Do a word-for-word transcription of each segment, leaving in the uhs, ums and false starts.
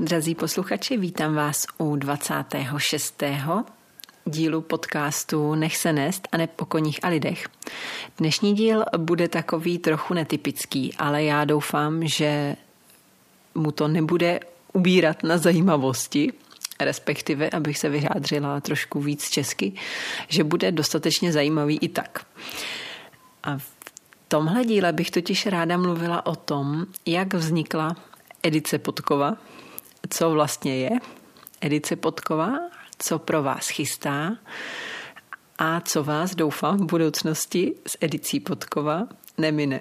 Drazí posluchači, vítám vás u dvacátého šestého dílu podcastu Nech se nést a ne o koních a lidech. Dnešní díl bude takový trochu netypický, ale já doufám, že mu to nebude ubírat na zajímavosti, respektive, abych se vyjádřila trošku víc česky, že bude dostatečně zajímavý i tak. A v tomhle díle bych totiž ráda mluvila o tom, jak vznikla Edice Podkova, co vlastně je Edice Podkova, co pro vás chystá a co vás, doufám, v budoucnosti s Edicí Podkova nemine.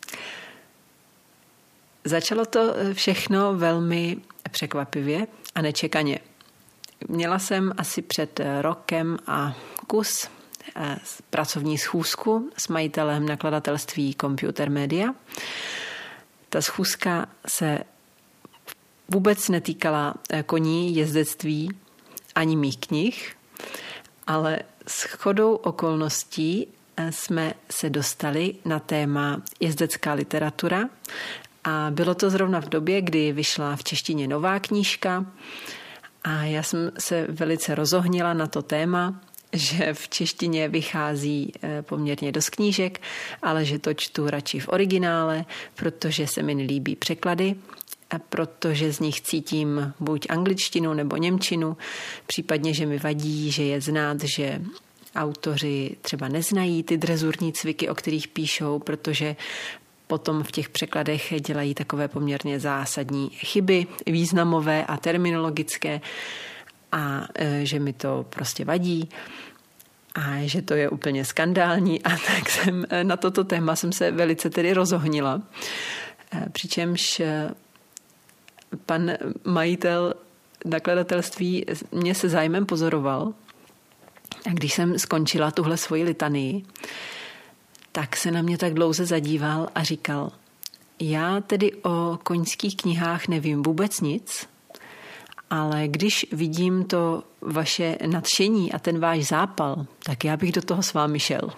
Začalo to všechno velmi překvapivě a nečekaně. Měla jsem asi před rokem a kus pracovní schůzku s majitelem nakladatelství Computer Media. Ta schůzka se vůbec netýkala koní, jezdectví ani mých knih, ale shodou okolností jsme se dostali na téma jezdecká literatura a bylo to zrovna v době, kdy vyšla v češtině nová knížka a já jsem se velice rozohnila na to téma, že v češtině vychází poměrně dost knížek, ale že to čtu radši v originále, protože se mi nelíbí překlady, a protože z nich cítím buď angličtinu nebo němčinu, případně, že mi vadí, že je znát, že autoři třeba neznají ty drezurní cviky, o kterých píšou, protože potom v těch překladech dělají takové poměrně zásadní chyby významové a terminologické a že mi to prostě vadí a že to je úplně skandální a tak jsem na toto téma jsem se velice tedy rozohnila. Přičemž pan majitel nakladatelství mě se zájmem pozoroval a když jsem skončila tuhle svoji litanii, tak se na mě tak dlouze zadíval a říkal, já tedy o koňských knihách nevím vůbec nic, ale když vidím to vaše nadšení a ten váš zápal, tak já bych do toho s vámi šel.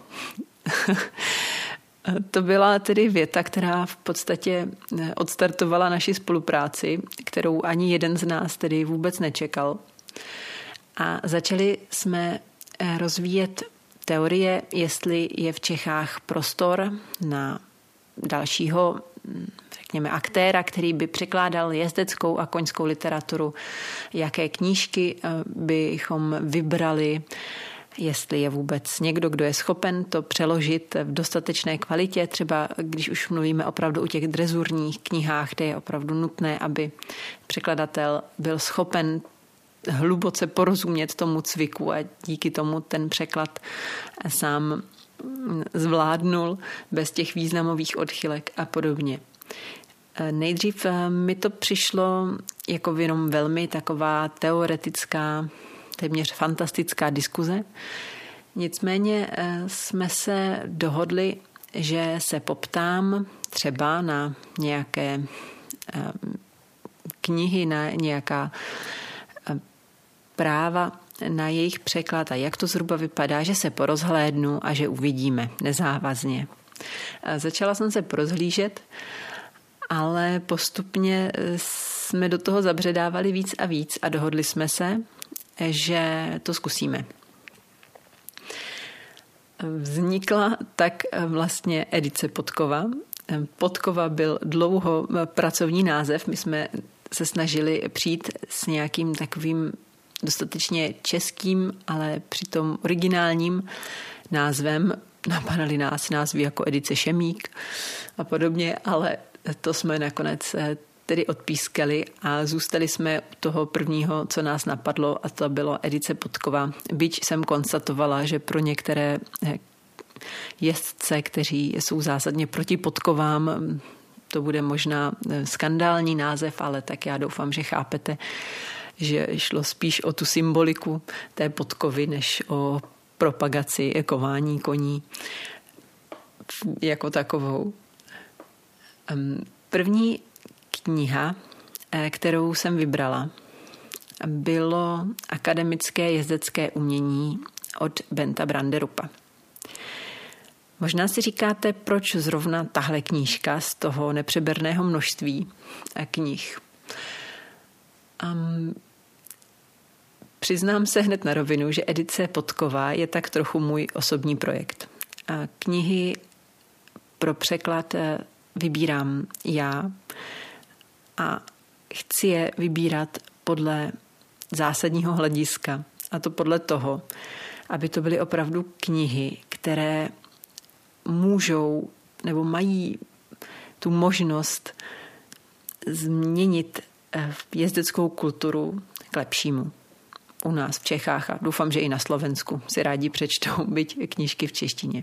To byla tedy věta, která v podstatě odstartovala naši spolupráci, kterou ani jeden z nás tedy vůbec nečekal. A začali jsme rozvíjet teorie, jestli je v Čechách prostor na dalšího, řekněme, aktéra, který by překládal jezdeckou a koňskou literaturu, jaké knížky bychom vybrali, jestli je vůbec někdo, kdo je schopen to přeložit v dostatečné kvalitě, třeba když už mluvíme opravdu o těch drezurních knihách, kde je opravdu nutné, aby překladatel byl schopen hluboce porozumět tomu cviku a díky tomu ten překlad sám zvládnul bez těch významových odchylek a podobně. Nejdřív mi to přišlo jako jenom velmi taková teoretická, téměř fantastická diskuze. Nicméně jsme se dohodli, že se poptám třeba na nějaké knihy, na nějaká práva na jejich překlad a jak to zhruba vypadá, že se porozhlédnu a že uvidíme nezávazně. Začala jsem se porozhlížet, ale postupně jsme do toho zabředávali víc a víc a dohodli jsme se, že to zkusíme. Vznikla tak vlastně Edice Podkova. Podkova byl dlouho pracovní název. My jsme se snažili přijít s nějakým takovým dostatečně českým, ale přitom originálním názvem. Napadaly nás názvy jako Edice Šemík a podobně, ale to jsme nakonec tedy odpískali a zůstali jsme u toho prvního, co nás napadlo, a to bylo Edice Podkova. Byť jsem konstatovala, že pro některé jezdce, kteří jsou zásadně proti podkovám, to bude možná skandální název, ale tak já doufám, že chápete, že šlo spíš o tu symboliku té podkovy, než o propagaci kování koní jako takovou. První kniha, kterou jsem vybrala, bylo Akademické jezdecké umění od Benta Branderupa. Možná si říkáte, proč zrovna tahle knížka z toho nepřeberného množství knih. Um, přiznám se hned na rovinu, že edice Podkova je tak trochu můj osobní projekt. A knihy pro překlad vybírám já a chci je vybírat podle zásadního hlediska. A to podle toho, aby to byly opravdu knihy, které můžou nebo mají tu možnost změnit jezdeckou kulturu k lepšímu. U nás v Čechách a doufám, že i na Slovensku si rádi přečtou, byť knížky v češtině.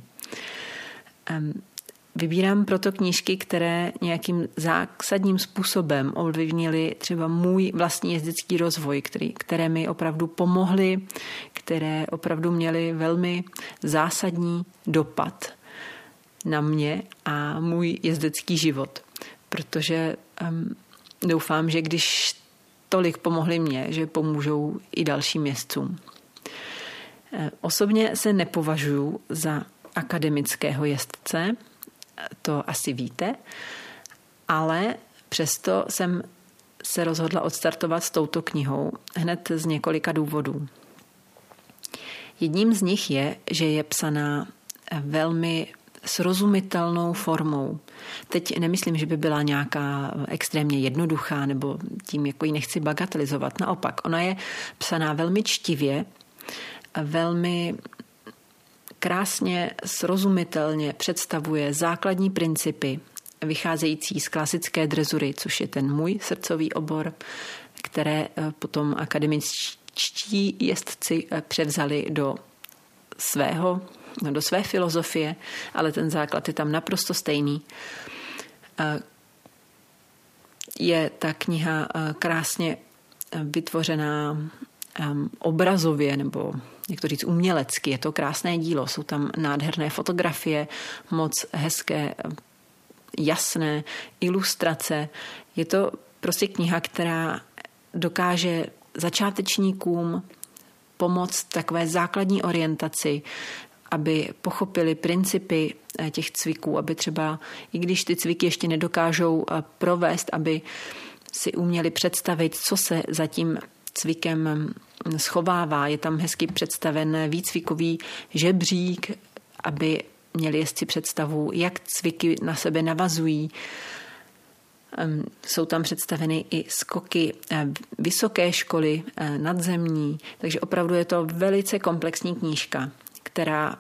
Vybírám proto knížky, které nějakým zásadním způsobem ovlivnily třeba můj vlastní jezdecký rozvoj, který, které mi opravdu pomohly, které opravdu měly velmi zásadní dopad na mě a můj jezdecký život. Protože um, doufám, že když tolik pomohli mě, že pomůžou i dalším jezdcům. Osobně se nepovažuji za akademického jezdce, to asi víte, ale přesto jsem se rozhodla odstartovat s touto knihou hned z několika důvodů. Jedním z nich je, že je psaná velmi srozumitelnou formou. Teď nemyslím, že by byla nějaká extrémně jednoduchá, nebo tím jako ji nechci bagatelizovat. Naopak, ona je psaná velmi čtivě, velmi krásně, srozumitelně představuje základní principy vycházející z klasické drezury, což je ten můj srdcový obor, které potom akademičtí jezdci převzali do svého, do své filozofie, ale ten základ je tam naprosto stejný. Je ta kniha krásně vytvořená obrazově, nebo jak to říct, umělecky. Je to krásné dílo, jsou tam nádherné fotografie, moc hezké, jasné ilustrace. Je to prostě kniha, která dokáže začátečníkům pomoct takové základní orientaci, aby pochopili principy těch cviků, aby třeba, i když ty cviky ještě nedokážou provést, aby si uměli představit, co se za tím cvikem schovává. Je tam hezky představen výcvikový žebřík, aby měli jezdci představu, jak cviky na sebe navazují. Jsou tam představeny i skoky vysoké školy, nadzemní, takže opravdu je to velice komplexní knížka, která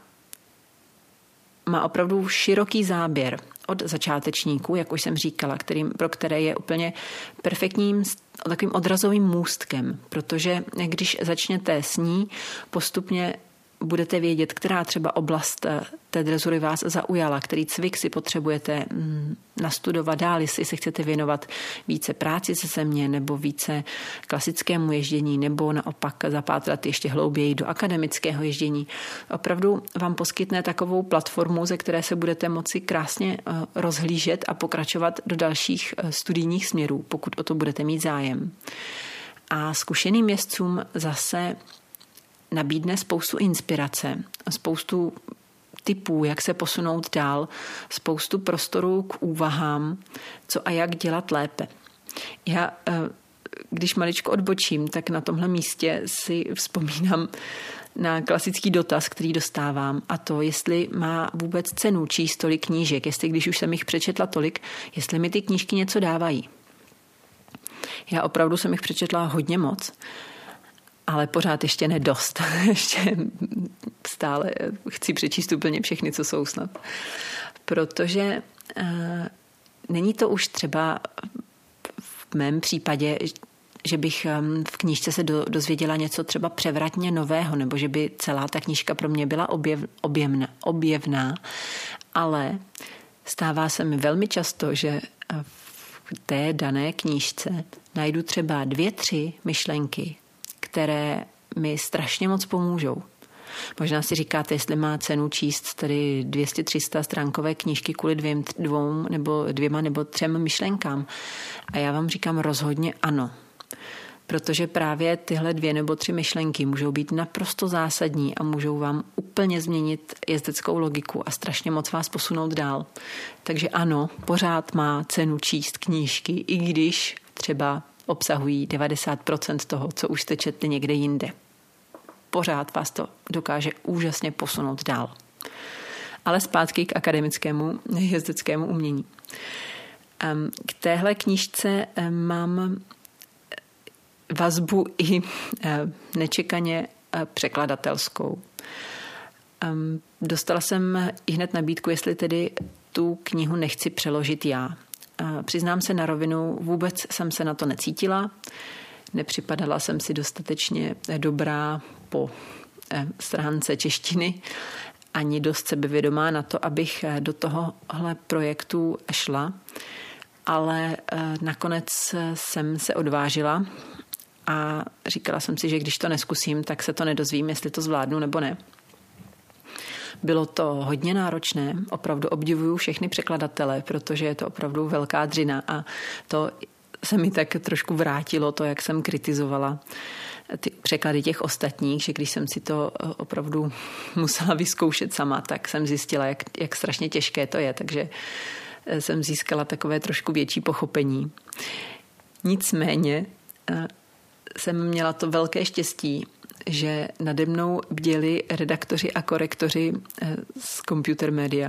má opravdu široký záběr od začátečníků, jak už jsem říkala, kterým, pro které je úplně perfektním takovým odrazovým můstkem, protože když začnete s ní, postupně budete vědět, která třeba oblast té drezury vás zaujala, který cvik si potřebujete nastudovat dál, jestli se chcete věnovat více práci se země nebo více klasickému ježdění nebo naopak zapátrat ještě hlouběji do akademického ježdění. Opravdu vám poskytne takovou platformu, ze které se budete moci krásně rozhlížet a pokračovat do dalších studijních směrů, pokud o to budete mít zájem. A zkušeným jezdcům zase nabídne spoustu inspirace, spoustu tipů, jak se posunout dál, spoustu prostoru k úvahám, co a jak dělat lépe. Já, když maličko odbočím, tak na tomhle místě si vzpomínám na klasický dotaz, který dostávám, a to, jestli má vůbec cenu číst tolik knížek, jestli když už jsem jich přečetla tolik, jestli mi ty knížky něco dávají. Já opravdu jsem jich přečetla hodně moc, ale pořád ještě ne dost. Ještě stále chci přečíst úplně všechny, co jsou snad. Protože uh, není to už třeba v mém případě, že bych um, v knížce se do, dozvěděla něco třeba převratně nového, nebo že by celá ta knížka pro mě byla objev, objevna, objevná, ale stává se mi velmi často, že v té dané knížce najdu třeba dvě, tři myšlenky, které mi strašně moc pomůžou. Možná si říkáte, jestli má cenu číst tady dvě stě tři sta stránkové knížky kvůli dvěm, dvou, nebo dvěma nebo třem myšlenkám. A já vám říkám rozhodně ano. Protože právě tyhle dvě nebo tři myšlenky můžou být naprosto zásadní a můžou vám úplně změnit jezdeckou logiku a strašně moc vás posunout dál. Takže ano, pořád má cenu číst knížky, i když třeba obsahují devadesát procent toho, co už jste četli někde jinde. Pořád vás to dokáže úžasně posunout dál. Ale zpátky k akademickému jezdeckému umění. K téhle knížce mám vazbu i nečekaně překladatelskou. Dostala jsem i hned nabídku, jestli tedy tu knihu nechci přeložit já. Přiznám se na rovinu, vůbec jsem se na to necítila. Nepřipadala jsem si dostatečně dobrá po stránce češtiny, ani dost sebevědomá na to, abych do tohohle projektu šla. Ale nakonec jsem se odvážila a říkala jsem si, že když to neskusím, tak se to nedozvím, jestli to zvládnu nebo ne. Bylo to hodně náročné, opravdu obdivuju všechny překladatele, protože je to opravdu velká dřina a to se mi tak trošku vrátilo, to, jak jsem kritizovala ty překlady těch ostatních, že když jsem si to opravdu musela vyzkoušet sama, tak jsem zjistila, jak, jak strašně těžké to je, takže jsem získala takové trošku větší pochopení. Nicméně jsem měla to velké štěstí, že nade mnou bděli redaktoři a korektoři z Computer Media.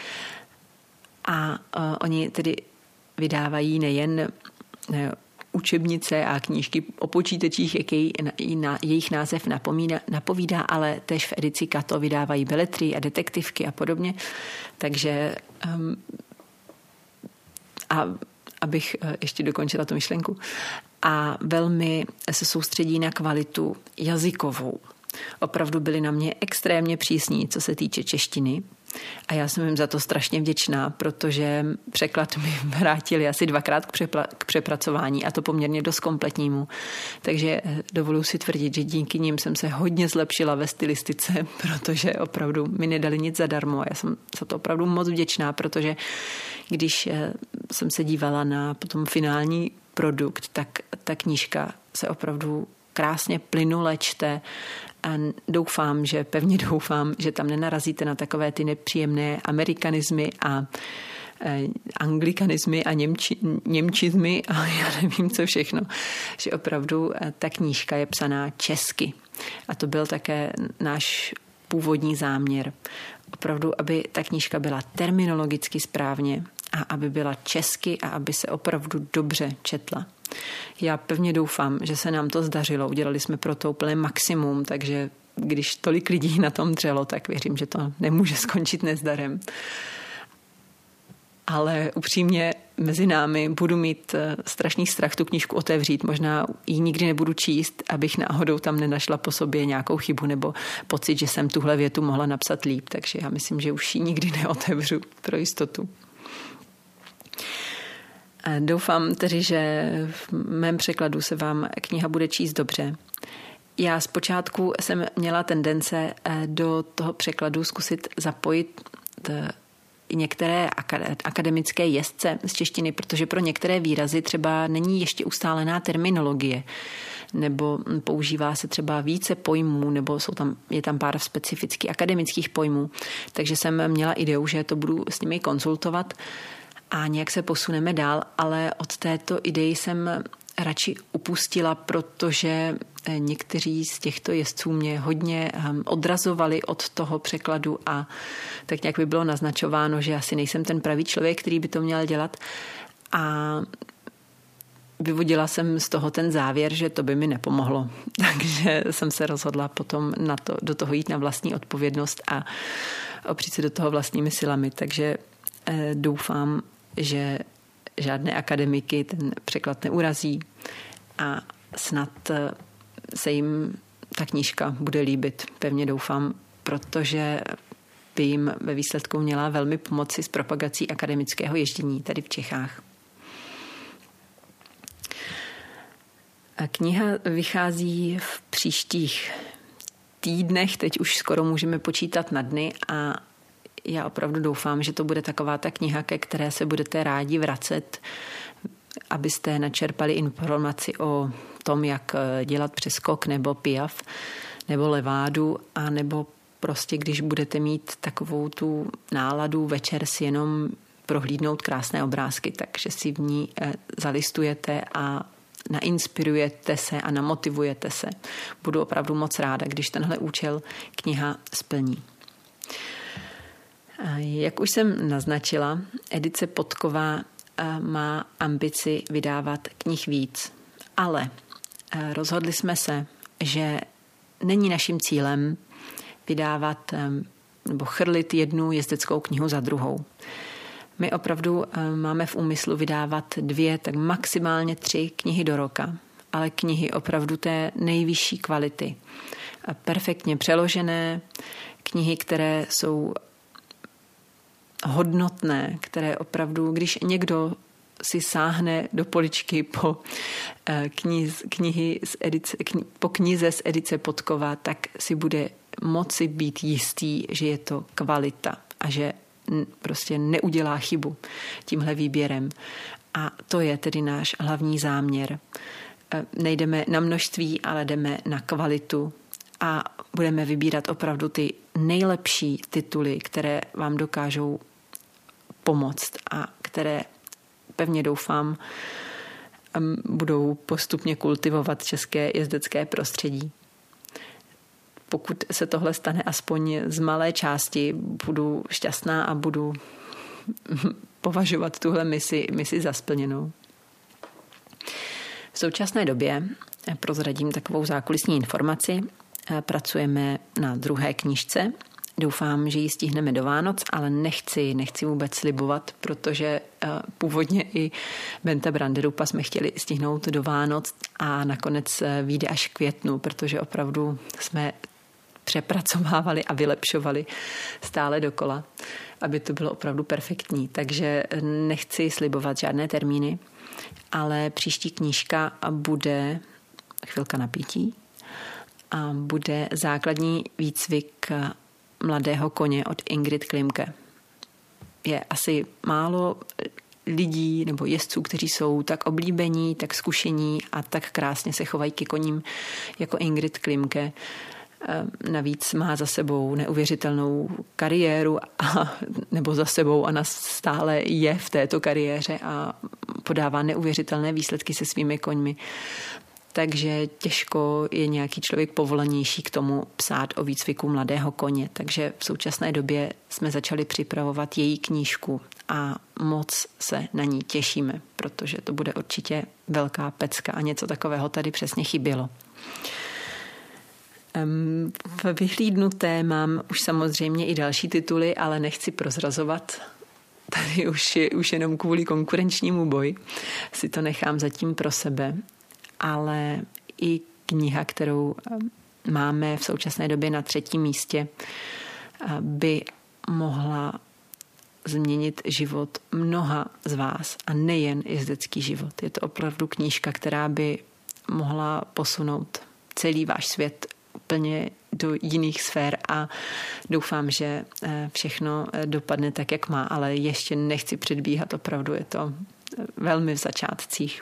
A oni tedy vydávají nejen učebnice a knížky o počítačích, jaký jejich název napomína, napovídá, ale též v edici Kato vydávají beletry a detektivky a podobně. Takže um, a abych ještě dokončila tu myšlenku. A velmi se soustředí na kvalitu jazykovou. Opravdu byli na mě extrémně přísní, co se týče češtiny. A já jsem jim za to strašně vděčná, protože překlad mi vrátili asi dvakrát k, přepla- k přepracování a to poměrně dost kompletnímu. Takže dovoluji si tvrdit, že díky nim jsem se hodně zlepšila ve stylistice, protože opravdu mi nedali nic zadarmo. Já jsem za to opravdu moc vděčná, protože když jsem se dívala na potom finální produkt, tak ta knížka se opravdu krásně plynule čte a doufám, že pevně doufám, že tam nenarazíte na takové ty nepříjemné amerikanizmy a anglikanizmy a němči, němčizmy a já nevím co všechno, že opravdu ta knížka je psaná česky. A to byl také náš původní záměr. Opravdu, aby ta knížka byla terminologicky správně a aby byla česky a aby se opravdu dobře četla. Já pevně doufám, že se nám to zdařilo. Udělali jsme pro to úplné maximum, takže když tolik lidí na tom dřelo, tak věřím, že to nemůže skončit nezdarem. Ale upřímně mezi námi budu mít strašný strach tu knížku otevřít. Možná ji nikdy nebudu číst, abych náhodou tam nenašla po sobě nějakou chybu nebo pocit, že jsem tuhle větu mohla napsat líp. Takže já myslím, že už ji nikdy neotevřu pro jistotu. Doufám tedy, že v mém překladu se vám kniha bude číst dobře. Já zpočátku jsem měla tendence do toho překladu zkusit zapojit některé akademické jezdce z češtiny, protože pro některé výrazy třeba není ještě ustálená terminologie, nebo používá se třeba více pojmů, nebo jsou tam, je tam pár specifických akademických pojmů. Takže jsem měla ideu, že to budu s nimi konzultovat a nějak se posuneme dál, ale od této idei jsem radši upustila, protože někteří z těchto jezdců mě hodně odrazovali od toho překladu a tak nějak by bylo naznačováno, že asi nejsem ten pravý člověk, který by to měl dělat. A vyvodila jsem z toho ten závěr, že to by mi nepomohlo. Takže jsem se rozhodla potom na to, do toho jít na vlastní odpovědnost a opřít se do toho vlastními silami. Takže eh, doufám, že žádné akademiky ten překlad neurazí a snad se jim ta knížka bude líbit. Pevně doufám, protože by jim ve výsledku měla velmi pomoci s propagací akademického ježdění tady v Čechách. A kniha vychází v příštích týdnech, teď už skoro můžeme počítat na dny a já opravdu doufám, že to bude taková ta kniha, ke které se budete rádi vracet, abyste načerpali informaci o tom, jak dělat přeskok nebo piaf, nebo levádu, a nebo prostě, když budete mít takovou tu náladu večer si jenom prohlídnout krásné obrázky, takže si v ní zalistujete a nainspirujete se a namotivujete se. Budu opravdu moc ráda, když tenhle účel kniha splní. Jak už jsem naznačila, edice Podkova má ambici vydávat knih víc, ale rozhodli jsme se, že není naším cílem vydávat nebo chrlit jednu jezdeckou knihu za druhou. My opravdu máme v úmyslu vydávat dvě, tak maximálně tři knihy do roka, ale knihy opravdu té nejvyšší kvality. Perfektně přeložené, knihy, které jsou hodnotné, které opravdu, když někdo si sáhne do poličky po, kniz, knihy z edice, kni, po knize z edice Podkova, tak si bude moci být jistý, že je to kvalita a že prostě neudělá chybu tímhle výběrem. A to je tedy náš hlavní záměr. Nejdeme na množství, ale jdeme na kvalitu a budeme vybírat opravdu ty nejlepší tituly, které vám dokážou pomoct a které, pevně doufám, budou postupně kultivovat české jezdecké prostředí. Pokud se tohle stane aspoň z malé části, budu šťastná a budu považovat tuhle misi, misi za splněnou. V současné době, prozradím takovou zákulisní informaci, pracujeme na druhé knížce. Doufám, že ji stihneme do Vánoc, ale nechci, nechci vůbec slibovat, protože původně i Benta Branderupa jsme chtěli stihnout do Vánoc a nakonec vyjde až v květnu, protože opravdu jsme přepracovávali a vylepšovali stále dokola, aby to bylo opravdu perfektní. Takže nechci slibovat žádné termíny, ale příští knížka bude chvilka napětí a bude základní výcvik mladého koně od Ingrid Klimke. Je asi málo lidí nebo jezdců, kteří jsou tak oblíbení, tak zkušení a tak krásně se chovají ke koním jako Ingrid Klimke. Navíc má za sebou neuvěřitelnou kariéru a, nebo za sebou a stále je v této kariéře a podává neuvěřitelné výsledky se svými koňmi. Takže těžko je nějaký člověk povolanější k tomu psát o výcviku mladého koně. Takže v současné době jsme začali připravovat její knížku a moc se na ní těšíme, protože to bude určitě velká pecka a něco takového tady přesně chybělo. V vyhlídnuté mám už samozřejmě i další tituly, ale nechci prozrazovat. Tady už je už jenom kvůli konkurenčnímu boji. Si to nechám zatím pro sebe. Ale i kniha, kterou máme v současné době na třetím místě, by mohla změnit život mnoha z vás a nejen jezdecký život. Je to opravdu knížka, která by mohla posunout celý váš svět úplně do jiných sfér a doufám, že všechno dopadne tak, jak má, ale ještě nechci předbíhat, opravdu je to velmi v začátcích.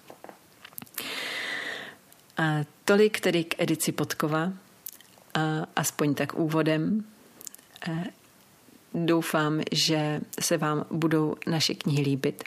A tolik tedy k edici Podkova, a aspoň tak úvodem. A doufám, že se vám budou naše knihy líbit.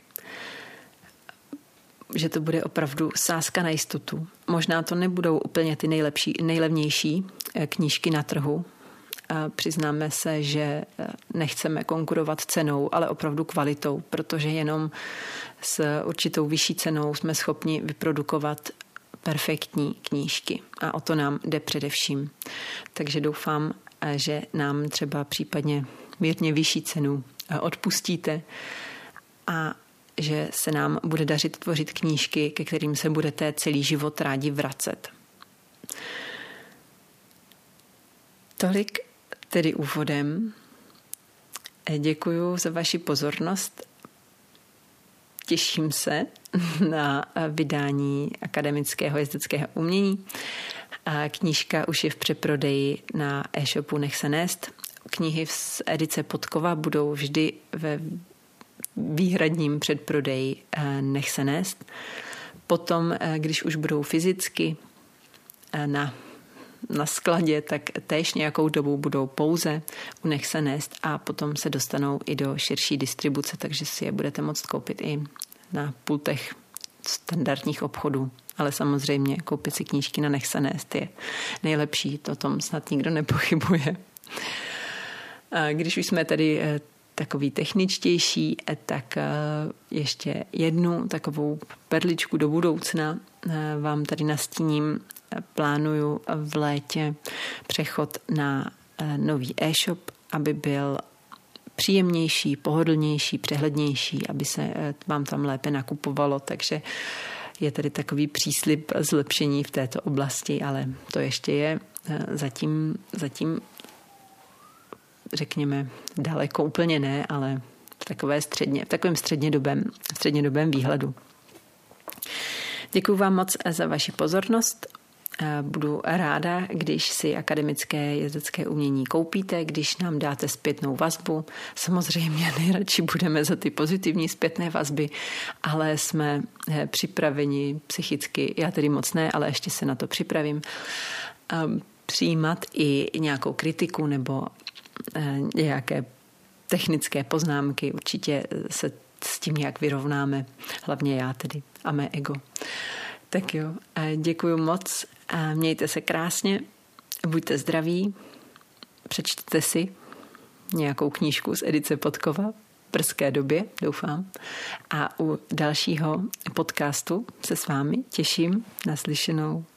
Že to bude opravdu sázka na jistotu. Možná to nebudou úplně ty nejlepší, nejlevnější knížky na trhu. A přiznáme se, že nechceme konkurovat cenou, ale opravdu kvalitou, protože jenom s určitou vyšší cenou jsme schopni vyprodukovat perfektní knížky a o to nám jde především. Takže doufám, že nám třeba případně mírně vyšší cenu odpustíte a že se nám bude dařit tvořit knížky, ke kterým se budete celý život rádi vracet. Tolik tedy úvodem. Děkuji za vaši pozornost. Těším se na vydání akademického jezdeckého umění. Knížka už je v přeprodeji na e-shopu Nech se nést. Knihy z edice Podkova budou vždy ve výhradním předprodeji Nech se nést. Potom, když už budou fyzicky na, na skladě, tak též nějakou dobu budou pouze u Nech se nést a potom se dostanou i do širší distribuce, takže si je budete moct koupit i na pultech standardních obchodů. Ale samozřejmě koupit si knížky na Nech se nést je nejlepší, to o tom snad nikdo nepochybuje. A když už jsme tady takový techničtější, tak ještě jednu takovou perličku do budoucna vám tady nastíním. Plánuju v létě přechod na nový e-shop, aby byl příjemnější, pohodlnější, přehlednější, aby se vám tam lépe nakupovalo, takže je tady takový příslib zlepšení v této oblasti, ale to ještě je zatím, zatím řekněme, daleko úplně ne, ale v, takové středně, v takovém střednědobém, střednědobém výhledu. Děkuji vám moc za vaši pozornost. Budu ráda, když si akademické jezdecké umění koupíte, když nám dáte zpětnou vazbu. Samozřejmě nejradši budeme za ty pozitivní zpětné vazby, ale jsme připraveni psychicky, já tedy moc ne, ale ještě se na to připravím, přijímat i nějakou kritiku nebo nějaké technické poznámky. Určitě se s tím nějak vyrovnáme, hlavně já tedy a mé ego. Tak jo, děkuji moc a mějte se krásně, buďte zdraví, přečtěte si nějakou knížku z edice Podkova v brzké době, doufám. A u dalšího podcastu se s vámi těším, naslyšenou.